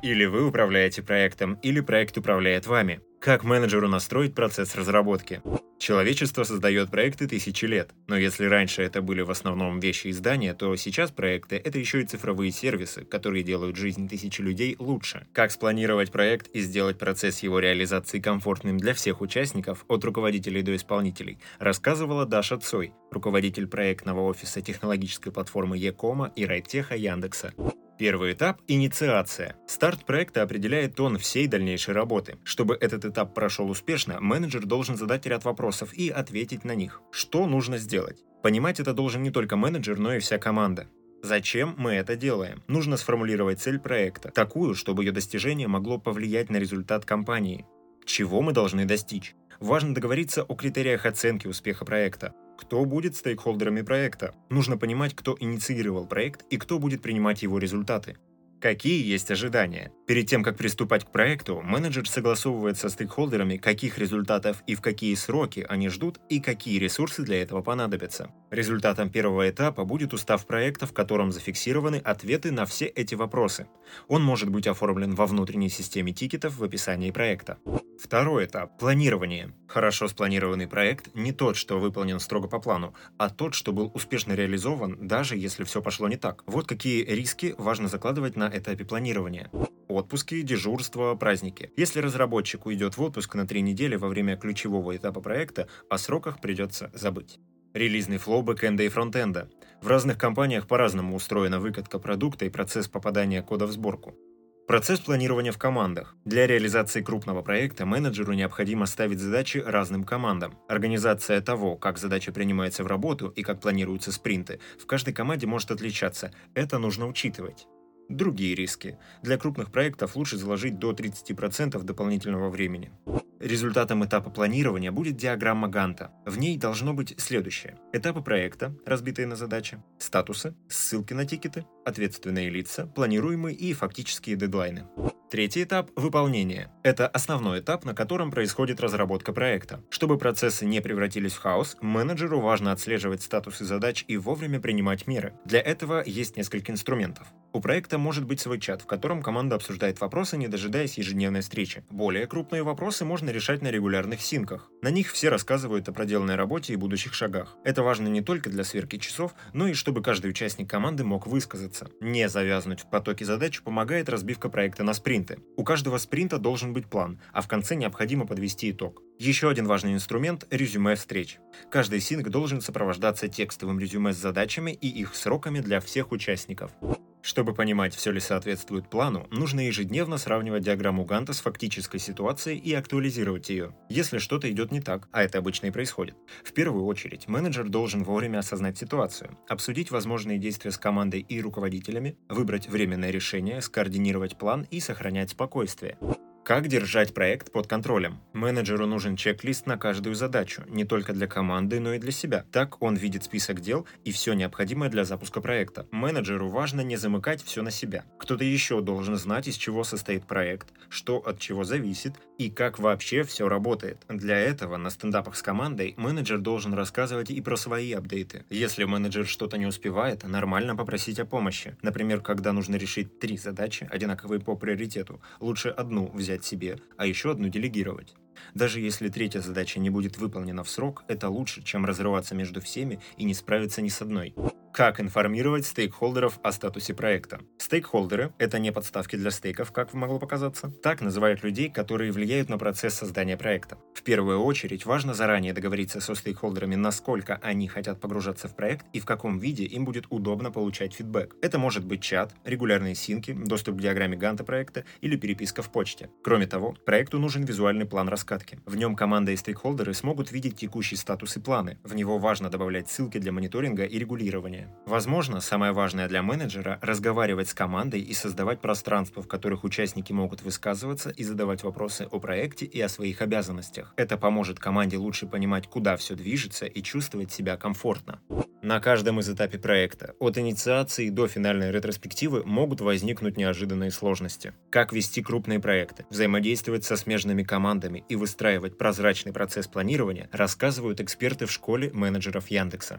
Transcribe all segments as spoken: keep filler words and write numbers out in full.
Или вы управляете проектом, или проект управляет вами. Как менеджеру настроить процесс разработки? Человечество создает проекты тысячи лет, но если раньше это были в основном вещи и здания, то сейчас проекты — это еще и цифровые сервисы, которые делают жизнь тысячи людей лучше. Как спланировать проект и сделать процесс его реализации комфортным для всех участников, от руководителей до исполнителей, рассказывала Даша Цой, руководитель проектного офиса технологической платформы Е-кома и Райтеха Яндекса. Первый этап – инициация. Старт проекта определяет тон всей дальнейшей работы. Чтобы этот этап прошел успешно, менеджер должен задать ряд вопросов и ответить на них. Что нужно сделать? Понимать это должен не только менеджер, но и вся команда. Зачем мы это делаем? Нужно сформулировать цель проекта, такую, чтобы ее достижение могло повлиять на результат компании. Чего мы должны достичь? Важно договориться о критериях оценки успеха проекта. Кто будет стейкхолдерами проекта? Нужно понимать, кто инициировал проект и кто будет принимать его результаты. Какие есть ожидания? Перед тем, как приступать к проекту, менеджер согласовывает со стейкхолдерами, каких результатов и в какие сроки они ждут и какие ресурсы для этого понадобятся. Результатом первого этапа будет устав проекта, в котором зафиксированы ответы на все эти вопросы. Он может быть оформлен во внутренней системе тикетов в описании проекта. Второй этап – планирование. Хорошо спланированный проект не тот, что выполнен строго по плану, а тот, что был успешно реализован, даже если все пошло не так. Вот какие риски важно закладывать на этапе планирования. Отпуски, дежурства, праздники. Если разработчик уйдет в отпуск на три недели во время ключевого этапа проекта, о сроках придется забыть. Релизный флоу бэкэнда и фронтенда. В разных компаниях по-разному устроена выкатка продукта и процесс попадания кода в сборку. Процесс планирования в командах. Для реализации крупного проекта менеджеру необходимо ставить задачи разным командам. Организация того, как задача принимается в работу и как планируются спринты, в каждой команде может отличаться. Это нужно учитывать. Другие риски. Для крупных проектов лучше заложить до тридцати процентов дополнительного времени. Результатом этапа планирования будет диаграмма Ганта. В ней должно быть следующее. Этапы проекта, разбитые на задачи, статусы, ссылки на тикеты, ответственные лица, планируемые и фактические дедлайны. Третий этап – выполнение. Это основной этап, на котором происходит разработка проекта. Чтобы процессы не превратились в хаос, менеджеру важно отслеживать статусы задач и вовремя принимать меры. Для этого есть несколько инструментов. У проекта может быть свой чат, в котором команда обсуждает вопросы, не дожидаясь ежедневной встречи. Более крупные вопросы можно решать на регулярных синках. На них все рассказывают о проделанной работе и будущих шагах. Это важно не только для сверки часов, но и чтобы каждый участник команды мог высказаться. Не завязнуть в потоке задач помогает разбивка проекта на спринты. У каждого спринта должен быть план, а в конце необходимо подвести итог. Еще один важный инструмент – резюме встреч. Каждый синк должен сопровождаться текстовым резюме с задачами и их сроками для всех участников. Чтобы понимать, все ли соответствует плану, нужно ежедневно сравнивать диаграмму Ганта с фактической ситуацией и актуализировать ее, если что-то идет не так, а это обычно и происходит. В первую очередь, менеджер должен вовремя осознать ситуацию, обсудить возможные действия с командой и руководителями, выбрать временное решение, скоординировать план и сохранять спокойствие. Как держать проект под контролем? Менеджеру нужен чек-лист на каждую задачу, не только для команды, но и для себя. Так он видит список дел и все необходимое для запуска проекта. Менеджеру важно не замыкать все на себя. Кто-то еще должен знать, из чего состоит проект, что от чего зависит и как вообще все работает. Для этого на стендапах с командой менеджер должен рассказывать и про свои апдейты. Если менеджер что-то не успевает, нормально попросить о помощи. Например, когда нужно решить три задачи, одинаковые по приоритету, лучше одну взять себе, а еще одну делегировать. Даже если третья задача не будет выполнена в срок, это лучше, чем разрываться между всеми и не справиться ни с одной. Как информировать стейкхолдеров о статусе проекта? Стейкхолдеры – это не подставки для стейков, как могло показаться. Так называют людей, которые влияют на процесс создания проекта. В первую очередь важно заранее договориться со стейкхолдерами, насколько они хотят погружаться в проект и в каком виде им будет удобно получать фидбэк. Это может быть чат, регулярные синки, доступ к диаграмме Ганта проекта или переписка в почте. Кроме того, проекту нужен визуальный план раскатки. В нем команда и стейкхолдеры смогут видеть текущий статус и планы. В него важно добавлять ссылки для мониторинга и регулирования. Возможно, самое важное для менеджера – разговаривать с командой и создавать пространство, в которых участники могут высказываться и задавать вопросы о проекте и о своих обязанностях. Это поможет команде лучше понимать, куда все движется и чувствовать себя комфортно. На каждом из этапе проекта, от инициации до финальной ретроспективы, могут возникнуть неожиданные сложности. Как вести крупные проекты, взаимодействовать со смежными командами и выстраивать прозрачный процесс планирования, рассказывают эксперты в школе менеджеров Яндекса.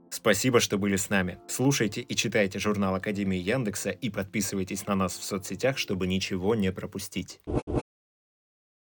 Спасибо, что были с нами. Слушайте и читайте журнал Академии Яндекса и подписывайтесь на нас в соцсетях, чтобы ничего не пропустить.